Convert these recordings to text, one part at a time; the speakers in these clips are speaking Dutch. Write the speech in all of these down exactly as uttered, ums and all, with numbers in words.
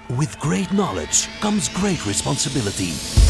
With great knowledge comes great responsibility.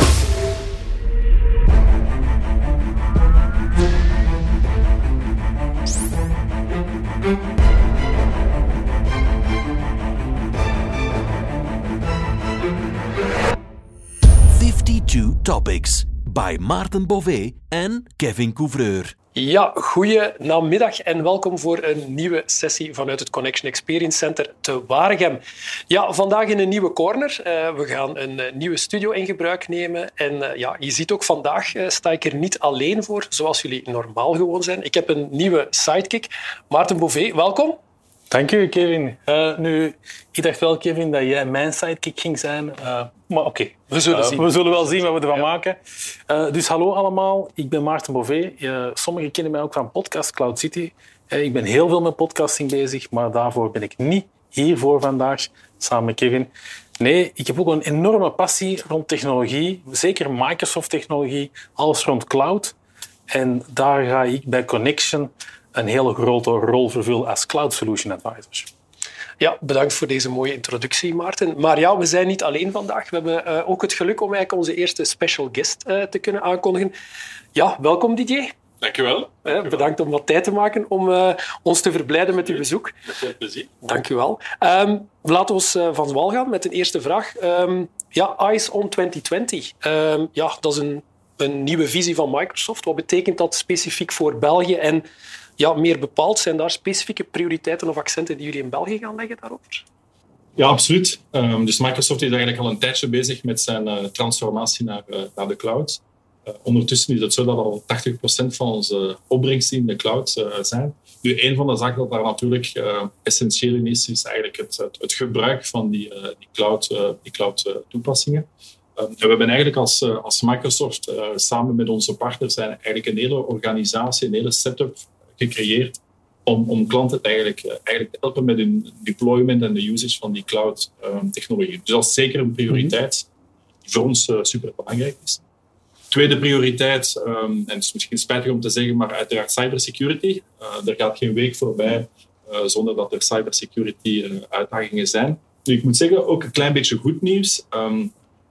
fifty-two Topics by Maarten Bové en Kevin Couvreur. Ja, goeie namiddag en welkom voor een nieuwe sessie vanuit het Connection Experience Center te Waregem. Ja, vandaag in een nieuwe corner. Uh, we gaan een uh, nieuwe studio in gebruik nemen. En uh, ja, je ziet ook vandaag uh, sta ik er niet alleen voor, zoals jullie normaal gewoon zijn. Ik heb een nieuwe sidekick. Maarten Bové, welkom. Dank u, Kevin. Uh, nu, ik dacht wel, Kevin, dat jij mijn sidekick ging zijn. Uh, maar oké, okay. we, zullen uh, zien. we zullen wel zien wat we ervan ja. maken. Uh, dus hallo allemaal, ik ben Maarten Bové. Uh, sommigen kennen mij ook van podcast Cloud City. Uh, ik ben heel veel met podcasting bezig, maar daarvoor ben ik niet hier voor vandaag, samen met Kevin. Nee, ik heb ook een enorme passie rond technologie, zeker Microsoft-technologie, alles rond cloud. En daar ga ik bij Connection een hele grote rol vervullen als Cloud Solution Advisor. Ja, bedankt voor deze mooie introductie, Maarten. Maar ja, we zijn niet alleen vandaag. We hebben uh, ook het geluk om eigenlijk onze eerste special guest uh, te kunnen aankondigen. Ja, welkom Didier. Dank je wel. Uh, bedankt om wat tijd te maken om uh, ons te verblijden met uw bezoek. Met veel plezier. Dank u wel. Um, laten we eens uh, van wal gaan met een eerste vraag. Um, ja, Eyes on twintig twintig. Um, ja, dat is een, een nieuwe visie van Microsoft. Wat betekent dat specifiek voor België? En ja, meer bepaald, zijn daar specifieke prioriteiten of accenten die jullie in België gaan leggen daarover? Ja, absoluut. Um, dus Microsoft is eigenlijk al een tijdje bezig met zijn uh, transformatie naar, uh, naar de cloud. Uh, ondertussen is het zo dat al tachtig procent van onze opbrengsten in de cloud uh, zijn. Nu, een van de zaken dat daar natuurlijk uh, essentieel in is, is eigenlijk het, het, het gebruik van die, uh, die cloud, uh, die cloud uh, toepassingen. Um, en we hebben eigenlijk als, uh, als Microsoft uh, samen met onze partners zijn eigenlijk een hele organisatie, een hele setup gecreëerd om, om klanten eigenlijk, uh, eigenlijk te helpen met hun deployment en de usage van die cloud um, technologie. Dus dat is zeker een prioriteit die voor ons uh, super belangrijk is. Tweede prioriteit, um, en het is misschien spijtig om te zeggen, maar uiteraard cybersecurity. Uh, er gaat geen week voorbij uh, zonder dat er cybersecurity uh, uitdagingen zijn. Nu, ik moet zeggen, ook een klein beetje goed nieuws. Um,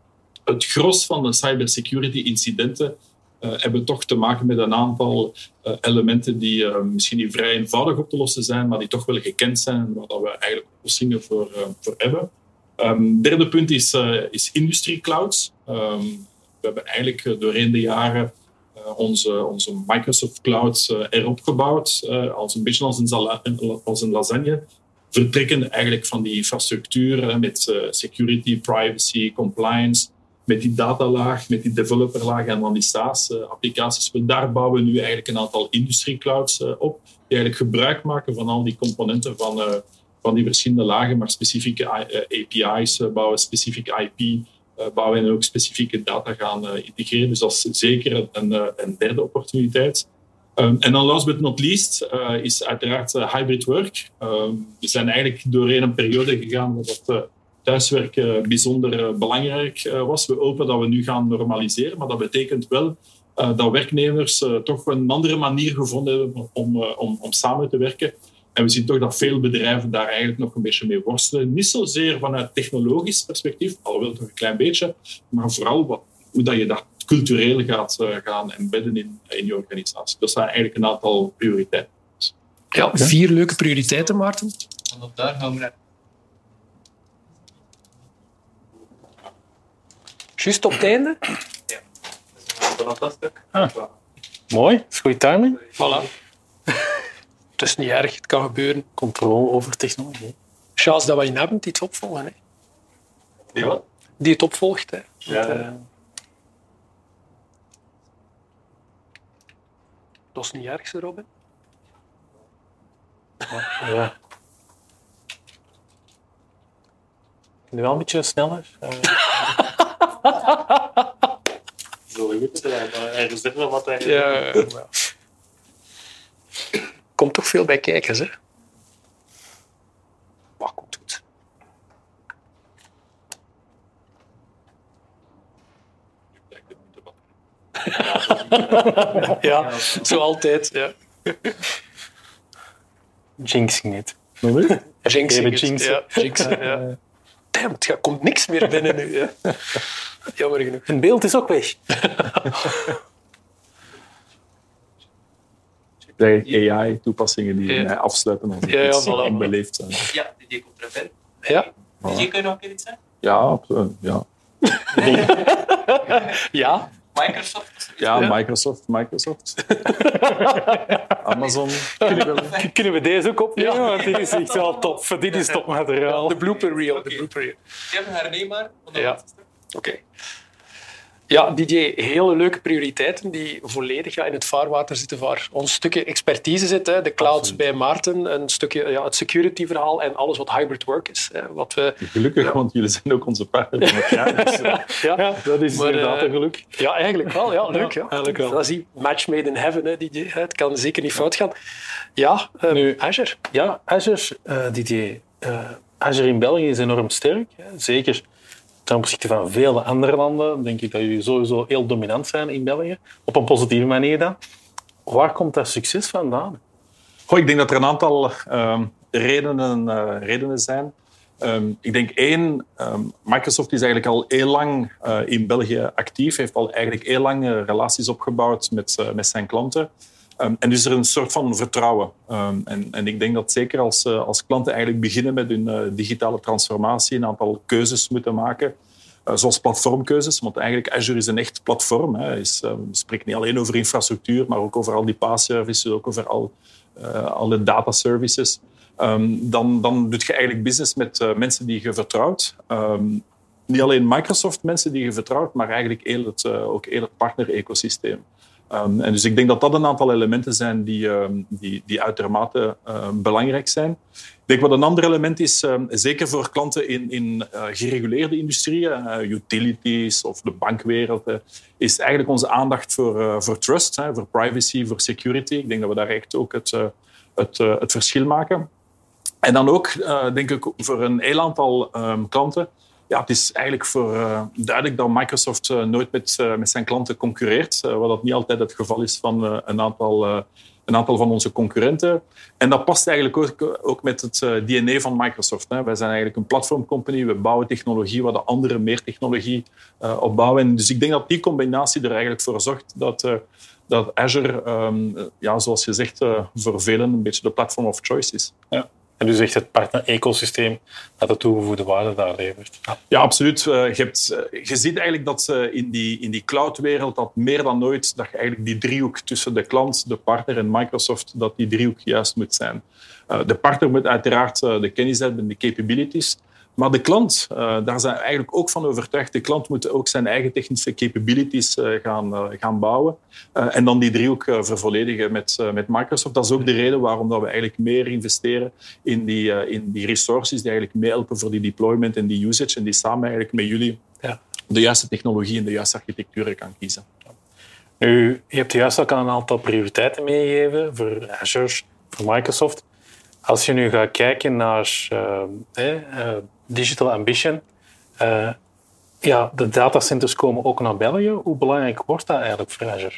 het gros van de cybersecurity incidenten Uh, hebben toch te maken met een aantal uh, elementen die uh, misschien niet vrij eenvoudig op te lossen zijn, maar die toch wel gekend zijn en waar we eigenlijk oplossingen voor, uh, voor hebben. Um, derde punt is, uh, is industrie clouds. Um, we hebben eigenlijk uh, doorheen de jaren uh, onze, onze Microsoft Cloud uh, erop gebouwd, uh, als een beetje als een, zala- als een lasagne. Vertrekken eigenlijk van die infrastructuur uh, met uh, security, privacy, compliance, met die datalaag, met die developerlaag en dan die SaaS-applicaties. Daar bouwen we nu eigenlijk een aantal industrieclouds op, die eigenlijk gebruik maken van al die componenten van, uh, van die verschillende lagen, maar specifieke A P I's bouwen, specifieke I P bouwen en ook specifieke data gaan uh, integreren. Dus dat is zeker een, een derde opportuniteit. Um, en dan last but not least uh, is uiteraard uh, hybrid work. Um, we zijn eigenlijk doorheen een periode gegaan waar dat uh, thuiswerk uh, bijzonder uh, belangrijk uh, was. We hopen dat we nu gaan normaliseren, maar dat betekent wel uh, dat werknemers uh, toch een andere manier gevonden hebben om, uh, om, om samen te werken. En we zien toch dat veel bedrijven daar eigenlijk nog een beetje mee worstelen. Niet zozeer vanuit technologisch perspectief, alhoewel toch een klein beetje, maar vooral wat, hoe dat je dat cultureel gaat uh, gaan embedden in, in je organisatie. Dat zijn eigenlijk een aantal prioriteiten. Ja, vier leuke prioriteiten, Maarten. En op daar gaan we naar. Juist op het einde? Ja, vanaf dat stuk. Ah. Mooi, dat is goede timing. Voilà. Het is niet erg, het kan gebeuren. Controle over technologie. Chance dat we je hebben die het opvolgen. Hè. Die wat? Die het opvolgt. Hè. Ja. Want, uh, dat is niet erg, zo, Robin. Ja. ja. Nu wel een beetje sneller. Uh. Zo goed zijn, maar ergens zit wel wat eigenlijk. Ja, ja. Komt toch veel bij kijkers, hè? Maar komt goed. Ja, zo altijd. Ja. Jinxing niet. Jinxing, Jinxen. ja. Jinxen, ja. damn, het komt niks meer binnen nu. Hè. Jammer genoeg. Het beeld is ook weg. A I-toepassingen die Ja. mij afsluiten als Ja, ja, iets voilà. onbeleefd zijn. Ja, die komt er even. Ja? Die kun je nog een keer iets zeggen? Ja, eh, ja. Ja? Microsoft? ja Ja. Microsoft, Microsoft. Amazon. Kunnen we deze ook opnemen? Ja. Want dit is echt wel top. Dit is topmateriaal. De blooper reel. Oké. De blooper reel. Je hebt een herneembaar. van de Ja. laatste stuk. Oké. Ja, D J, hele leuke prioriteiten die volledig ja, in het vaarwater zitten waar ons stukje expertise zit. Hè. De clouds Absoluut. bij Maarten, een stukje ja, het security-verhaal en alles wat hybrid work is. Hè. Wat we, Gelukkig, want jullie zijn ook onze partner van het jaar. Dus, eh, ja, Ja, dat is Maar, inderdaad eh, een geluk. ja, eigenlijk wel. Ja, leuk. Ja. eigenlijk wel. Dat is die match made in heaven, hè, D J. Het kan zeker niet fout gaan. Ja, eh, Nu- Azure. Ja, Azure, eh D J. eh, Azure in België is enorm sterk. Hè. Zeker ten opzichte van vele andere landen denk ik dat jullie sowieso heel dominant zijn in België. Op een positieve manier dan. Waar komt dat succes vandaan? Goh, ik denk dat er een aantal ehm, redenen, eh, redenen zijn. Ehm, ik denk één, ehm, Microsoft is eigenlijk al heel lang eh, in België actief, heeft al eigenlijk heel lang eh, relaties opgebouwd met, eh, met zijn klanten. Um, en dus is er een soort van vertrouwen. Um, en, en ik denk dat zeker als, uh, als klanten eigenlijk beginnen met hun uh, digitale transformatie, een aantal keuzes moeten maken, uh, zoals platformkeuzes. Want eigenlijk Azure is een echt platform. Hè. Is, uh, we spreken niet alleen over infrastructuur, maar ook over al die PaaS-services, ook over al, uh, alle data-services. Um, dan, dan doe je eigenlijk business met uh, mensen die je vertrouwt. Um, niet alleen Microsoft, mensen die je vertrouwt, maar eigenlijk heel het, uh, ook heel het partner-ecosysteem. Um, en dus ik denk dat dat een aantal elementen zijn die, um, die, die uitermate uh, belangrijk zijn. Ik denk wat een ander element is, um, zeker voor klanten in, in uh, gereguleerde industrieën, uh, utilities of de bankwereld, uh, is eigenlijk onze aandacht voor, uh, voor trust, hè, voor privacy, voor security. Ik denk dat we daar echt ook het, uh, het, uh, het verschil maken. En dan ook, uh, denk ik, voor een heel aantal um, klanten. Ja, het is eigenlijk voor, uh, duidelijk dat Microsoft uh, nooit met, uh, met zijn klanten concurreert, uh, wat dat niet altijd het geval is van uh, een, aantal, uh, een aantal van onze concurrenten. En dat past eigenlijk ook, ook met het uh, D N A van Microsoft. Hè. Wij zijn eigenlijk een platformcompany, we bouwen technologie waar de anderen meer technologie uh, op bouwen. En dus ik denk dat die combinatie er eigenlijk voor zorgt dat, uh, dat Azure, um, ja, zoals je zegt, uh, voor velen een beetje de platform of choice is. Ja. En dus echt het partner-ecosysteem dat de toegevoegde waarde daar levert. Ja. Ja, absoluut. Uh, je, hebt, uh, je ziet eigenlijk dat uh, in die, in die cloudwereld dat meer dan ooit dat je eigenlijk die driehoek tussen de klant, de partner en Microsoft, dat die driehoek juist moet zijn. Uh, de partner moet uiteraard uh, de kennis hebben, de capabilities. Maar de klant, uh, daar zijn we eigenlijk ook van overtuigd. De klant moet ook zijn eigen technische capabilities uh, gaan, uh, gaan bouwen. Uh, en dan die driehoek uh, vervolledigen met, uh, met Microsoft. Dat is ook de reden waarom dat we eigenlijk meer investeren in die, uh, in die resources die eigenlijk meehelpen voor die deployment en die usage. En die samen eigenlijk met jullie Ja. de juiste technologie en de juiste architecturen kan kiezen. Nu, je hebt juist ook al een aantal prioriteiten meegegeven voor Azure, voor Microsoft. Als je nu gaat kijken naar uh, eh, uh, Digital Ambition, uh, ja, de datacenters komen ook naar België. Hoe belangrijk wordt dat eigenlijk voor Azure?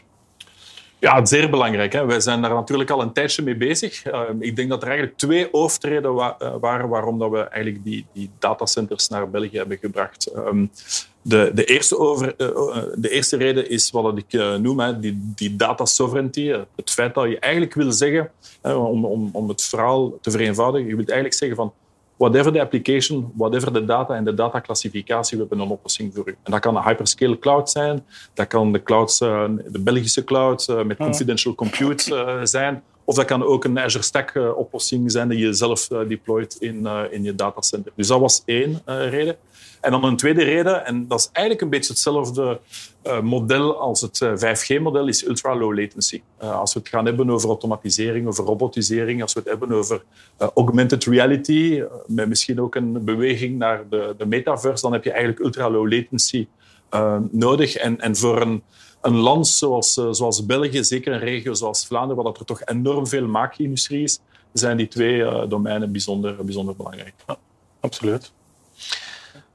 Ja, zeer belangrijk. Hè. Wij zijn daar natuurlijk al een tijdje mee bezig. Uh, ik denk dat er eigenlijk twee hoofdredenen wa- uh, waren waarom dat we eigenlijk die, die datacenters naar België hebben gebracht. Um, de, de, eerste over, uh, de eerste reden is wat ik uh, noem, hè, die, die data sovereignty. Het feit dat je eigenlijk wil zeggen, hè, om, om, om het verhaal te vereenvoudigen, je wilt eigenlijk zeggen van whatever the application, whatever de data en de dataclassificatie, we hebben een oplossing voor u. En dat kan een hyperscale cloud zijn, dat kan de, clouds, de Belgische cloud met confidential compute zijn, of dat kan ook een Azure Stack oplossing zijn die je zelf deployt in, in je datacenter. Dus dat was één reden. En dan een tweede reden, en dat is eigenlijk een beetje hetzelfde uh, model als het uh, vijf G model, is ultra-low latency. Uh, als we het gaan hebben over automatisering, over robotisering, als we het hebben over uh, augmented reality, uh, met misschien ook een beweging naar de, de metaverse, dan heb je eigenlijk ultra-low latency uh, nodig. En, en voor een, een land zoals, uh, zoals België, zeker een regio zoals Vlaanderen, waar er toch enorm veel maakindustrie is, zijn die twee uh, domeinen bijzonder, bijzonder belangrijk. Ja, absoluut.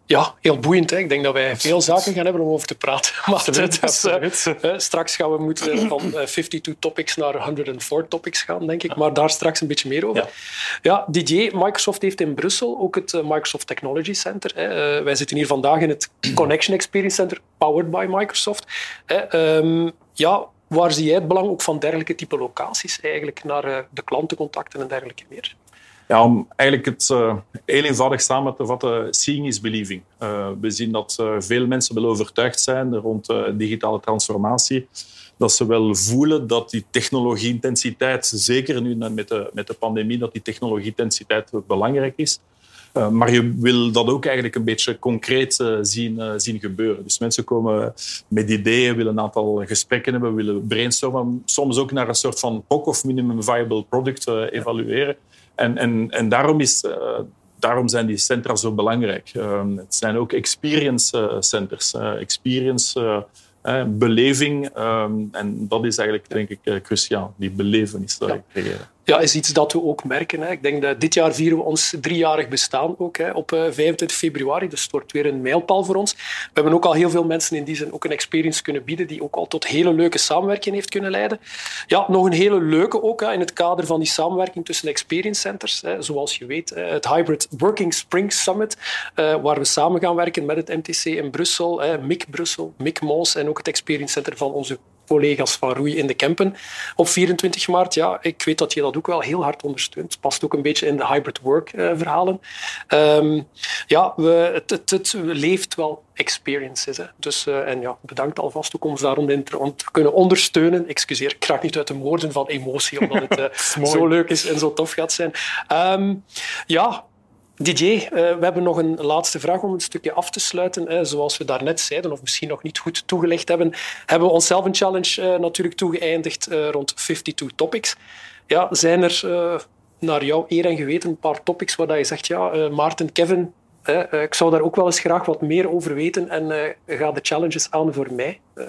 Ja, heel boeiend. Hè? Ik denk dat wij veel zaken gaan hebben om over te praten. Maar Absoluut, dus, uh, absoluut. uh, straks gaan we moeten van uh, vijfentwintig topics naar honderdvier topics gaan, denk ik. Maar daar straks een beetje meer over. Ja, ja D J, Microsoft heeft in Brussel ook het uh, Microsoft Technology Center. Hè. Uh, wij zitten hier vandaag in het Connection Experience Center, powered by Microsoft. Hè. Um, ja, waar zie jij het belang ook van dergelijke type locaties eigenlijk naar uh, de klantencontacten en dergelijke meer? Ja, om eigenlijk het uh, heel eenvoudig samen te vatten, seeing is believing. Uh, we zien dat uh, veel mensen wel overtuigd zijn rond uh, digitale transformatie. Dat ze wel voelen dat die technologie-intensiteit, zeker nu met de, met de pandemie, dat die technologie-intensiteit belangrijk is. Uh, maar je wil dat ook eigenlijk een beetje concreet uh, zien, uh, zien gebeuren. Dus mensen komen met ideeën, willen een aantal gesprekken hebben, willen brainstormen, soms ook naar een soort van P O C of Minimum Viable Product uh, evalueren. En, en, en daarom, is, uh, daarom zijn die centra zo belangrijk. Uh, het zijn ook experience uh, centers. Uh, experience, uh, uh, beleving. Uh, en dat is eigenlijk, denk ik, uh, cruciaal. Die belevenis dat ik creëren. Ja, is iets dat we ook merken. Hè. Ik denk dat dit jaar vieren we ons driejarig bestaan ook, hè, op vijfentwintig februari. Dus het wordt weer een mijlpaal voor ons. We hebben ook al heel veel mensen in die zin ook een experience kunnen bieden die ook al tot hele leuke samenwerking heeft kunnen leiden. Ja, nog een hele leuke ook hè, in het kader van die samenwerking tussen experience centers. Hè, zoals je weet, het Hybrid Working Spring Summit, uh, waar we samen gaan werken met het M T C in Brussel, hè, M I C Brussel, M I C Mons en ook het experience center van onze collega's van Roei in de Kempen op vierentwintig maart. Ja, ik weet dat je dat ook wel heel hard ondersteunt. Het past ook een beetje in de hybrid work uh, verhalen. Um, ja, we, het, het, het leeft wel experiences. Hè. Dus, uh, en ja, bedankt alvast ook om ons daarom in te, om te kunnen ondersteunen. Excuseer, ik raak niet uit de woorden van emotie, omdat het uh, zo leuk is en zo tof gaat zijn. Um, ja, D J, uh, we hebben nog een laatste vraag om een stukje af te sluiten. Uh, zoals we daarnet zeiden, of misschien nog niet goed toegelicht hebben, hebben we onszelf een challenge uh, natuurlijk toegeëindigd uh, rond vijfentwintig topics. Ja, zijn er uh, naar jouw eer en geweten een paar topics waar je zegt, ja, uh, Maarten, Kevin, uh, uh, ik zou daar ook wel eens graag wat meer over weten en uh, ga de challenges aan voor mij? Uh.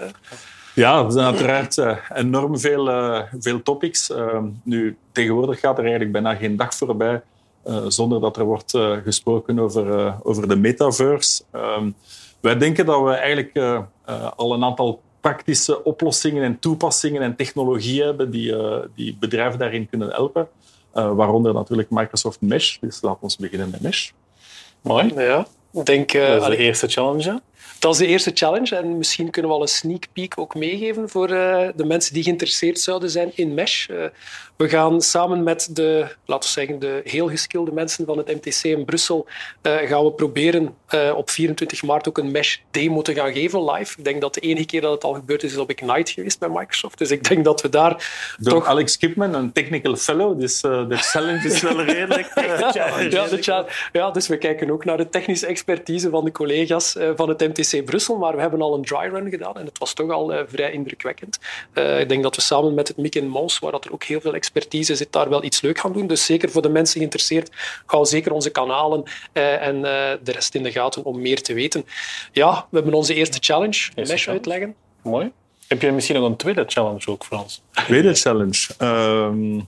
Ja, er zijn uiteraard uh, enorm veel, uh, veel topics. Uh, nu, tegenwoordig gaat er eigenlijk bijna geen dag voorbij Uh, zonder dat er wordt uh, gesproken over, uh, over de metaverse. Um, wij denken dat we eigenlijk uh, uh, al een aantal praktische oplossingen en toepassingen en technologieën hebben die, uh, die bedrijven daarin kunnen helpen. Uh, waaronder natuurlijk Microsoft Mesh. Dus laten we beginnen met Mesh. Mooi. Ja, ik denk, uh, dat is de allee, eerste challenge. Hè? Dat is de eerste challenge en misschien kunnen we al een sneak peek ook meegeven voor uh, de mensen die geïnteresseerd zouden zijn in Mesh. Uh, we gaan samen met de, laten we zeggen, de heel geskilde mensen van het M T C in Brussel uh, gaan we proberen uh, op vierentwintig maart ook een Mesh demo te gaan geven live. Ik denk dat de enige keer dat het al gebeurd is, is op Ignite geweest bij Microsoft. Dus ik denk dat we daar Door toch... Alex Kipman, een technical fellow, dus uh, de challenge is wel redelijk... Uh, ja, ja, de cha- ja, dus we kijken ook naar de technische expertise van de collega's uh, van het M T C Brussel, maar we hebben al een dry run gedaan en het was toch al uh, vrij indrukwekkend. Uh, ik denk dat we samen met het M I C in Mons, waar dat er ook heel veel expertise zit, daar wel iets leuk gaan doen. Dus zeker voor de mensen geïnteresseerd, hou zeker onze kanalen uh, en uh, de rest in de gaten om meer te weten. Ja, we hebben onze eerste challenge, Eerste Mesh challenge. uitleggen. Mooi. Heb je misschien nog een tweede challenge ook voor ons? Tweede challenge. Um,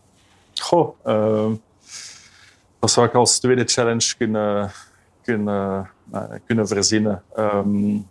goh, uh, wat zou ik als tweede challenge kunnen, kunnen, uh, kunnen verzinnen? Um,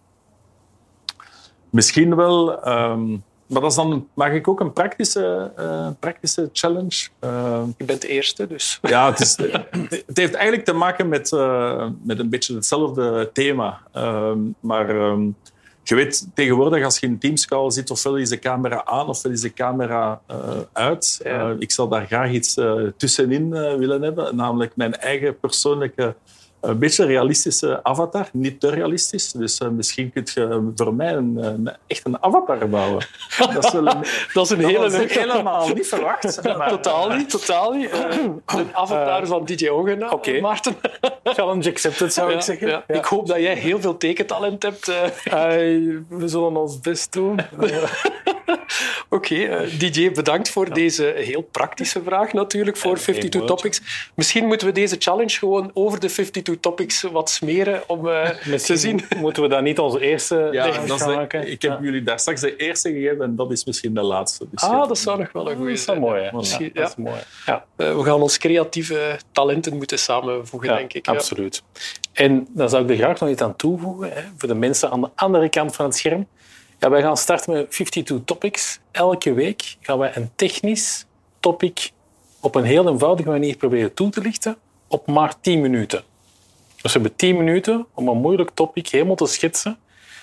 misschien wel... Um, maar dat is dan, mag ik ook een praktische, uh, praktische challenge? Uh, Je bent de eerste, dus... ja, het, is, het heeft eigenlijk te maken met, uh, met een beetje hetzelfde thema. Um, maar um, je weet, tegenwoordig als je in Teamscall zit, ofwel is de camera aan ofwel is de camera uh, uit. Ja. Uh, ik zou daar graag iets uh, tussenin uh, willen hebben, namelijk mijn eigen persoonlijke... Een beetje realistische avatar, niet te realistisch. Dus uh, misschien kun je voor mij een, een, echt een avatar bouwen. Dat is, wel een, Dat is een dat hele was ik leuke... helemaal niet verwacht. Maar, Totaal niet, totaal niet. Uh, een avatar uh, van D J Ongena, Oké. Maarten. Challenge accepted, zou Ja, ik zeggen. ja. Ja. Ik hoop dat jij heel veel tekentalent hebt. Uh. Uh, we zullen ons best doen. Oké, okay, uh, D J, bedankt voor ja. deze heel praktische vraag natuurlijk voor vijfentwintig Topics. Misschien moeten we deze challenge gewoon over de vijfentwintig Topics wat smeren om uh, te zien. Moeten we dat niet onze eerste ja, gaan de, maken? Ik heb ja. jullie daar straks de eerste gegeven en dat is misschien de laatste. Dus ah, dat zou nog wel een goede zijn. Dat is mooi, hè? Misschien, ja, dat is mooi. Ja. Uh, we gaan ons creatieve talenten moeten samenvoegen, ja, denk ik. Absoluut. Ja. En dan zou ik er graag nog iets aan toevoegen, hè, voor de mensen aan de andere kant van het scherm. Ja, wij gaan starten met vijfentwintig Topics. Elke week gaan wij een technisch topic op een heel eenvoudige manier proberen toe te lichten op maar tien minuten. Dus we hebben tien minuten om een moeilijk topic helemaal te schetsen.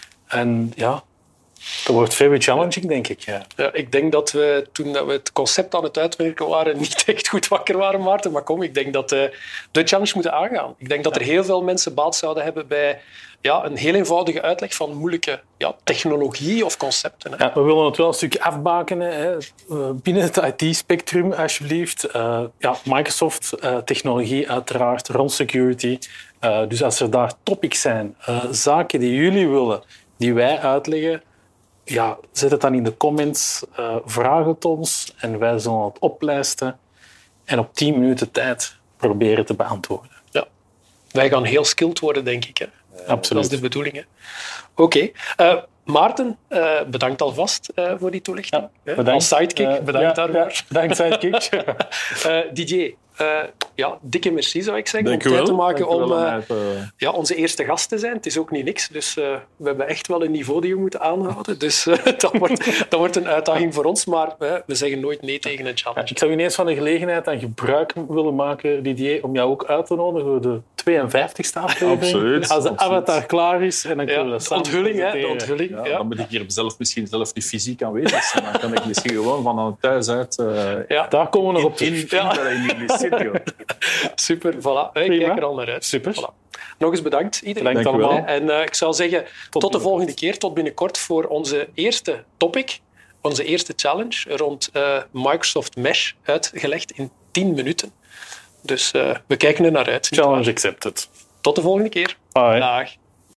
En ja, dat wordt very challenging, denk ik. Ja. Ja, ik denk dat we, toen we het concept aan het uitwerken waren, niet echt goed wakker waren, Maarten. Maar kom, ik denk dat we de challenge moeten aangaan. Ik denk dat er heel veel mensen baat zouden hebben bij ja, een heel eenvoudige uitleg van moeilijke ja, technologie of concepten. Hè. Ja, we willen het wel een stukje afbakenen. Hè. Binnen het I T-spectrum, alsjeblieft. Uh, ja, Microsoft, uh, technologie uiteraard, rond security. Uh, dus als er daar topics zijn, uh, zaken die jullie willen, die wij uitleggen, ja, zet het dan in de comments, uh, vraag het ons en wij zullen het oplijsten en op tien minuten tijd proberen te beantwoorden. Ja. Wij gaan heel skilled worden, denk ik. Hè. Absoluut. Dat is de bedoeling. Oké. Okay. Uh, Maarten, uh, bedankt alvast uh, voor die toelichting. Ja, bedankt. Als sidekick, uh, bedankt ja, daarvoor. Ja, bedankt, sidekick. uh, D J, uh, ja, dikke merci zou ik zeggen Dank om tijd te maken Dank om uh, uit, uh... ja, onze eerste gast te zijn. Het is ook niet niks, dus uh, we hebben echt wel een niveau die we moeten aanhouden. Dus uh, dat, wordt, dat wordt een uitdaging voor ons, maar uh, we zeggen nooit nee tegen een challenge. Ja, ik zou ineens van de gelegenheid aan gebruik willen maken, Didier, om jou ook uit te nodigen voor de tweeënvijftigste aflevering. Absoluut. Als de absoluut. avatar klaar is. En dan kunnen ja, we dat de samen onthulling, hè, de presenteren. onthulling. Ja, Ja. Dan moet ik hier zelf misschien zelf niet fysiek aanwezig zijn. Dan kan ik misschien gewoon van thuis uit uh, Ja. Daar komen we nog op in, in, terug. in, in, in die studio. Super, voilà. Ik Prima. kijk er al naar uit. Super. Voilà. Nog eens bedankt, iedereen. Bedankt Dank u allemaal. En uh, ik zou zeggen, tot, tot de volgende keer, tot binnenkort voor onze eerste topic, onze eerste challenge rond uh, Microsoft Mesh, uitgelegd in tien minuten. Dus uh, we kijken er naar uit. Challenge accepted. Tot de volgende keer. Bye. Dag.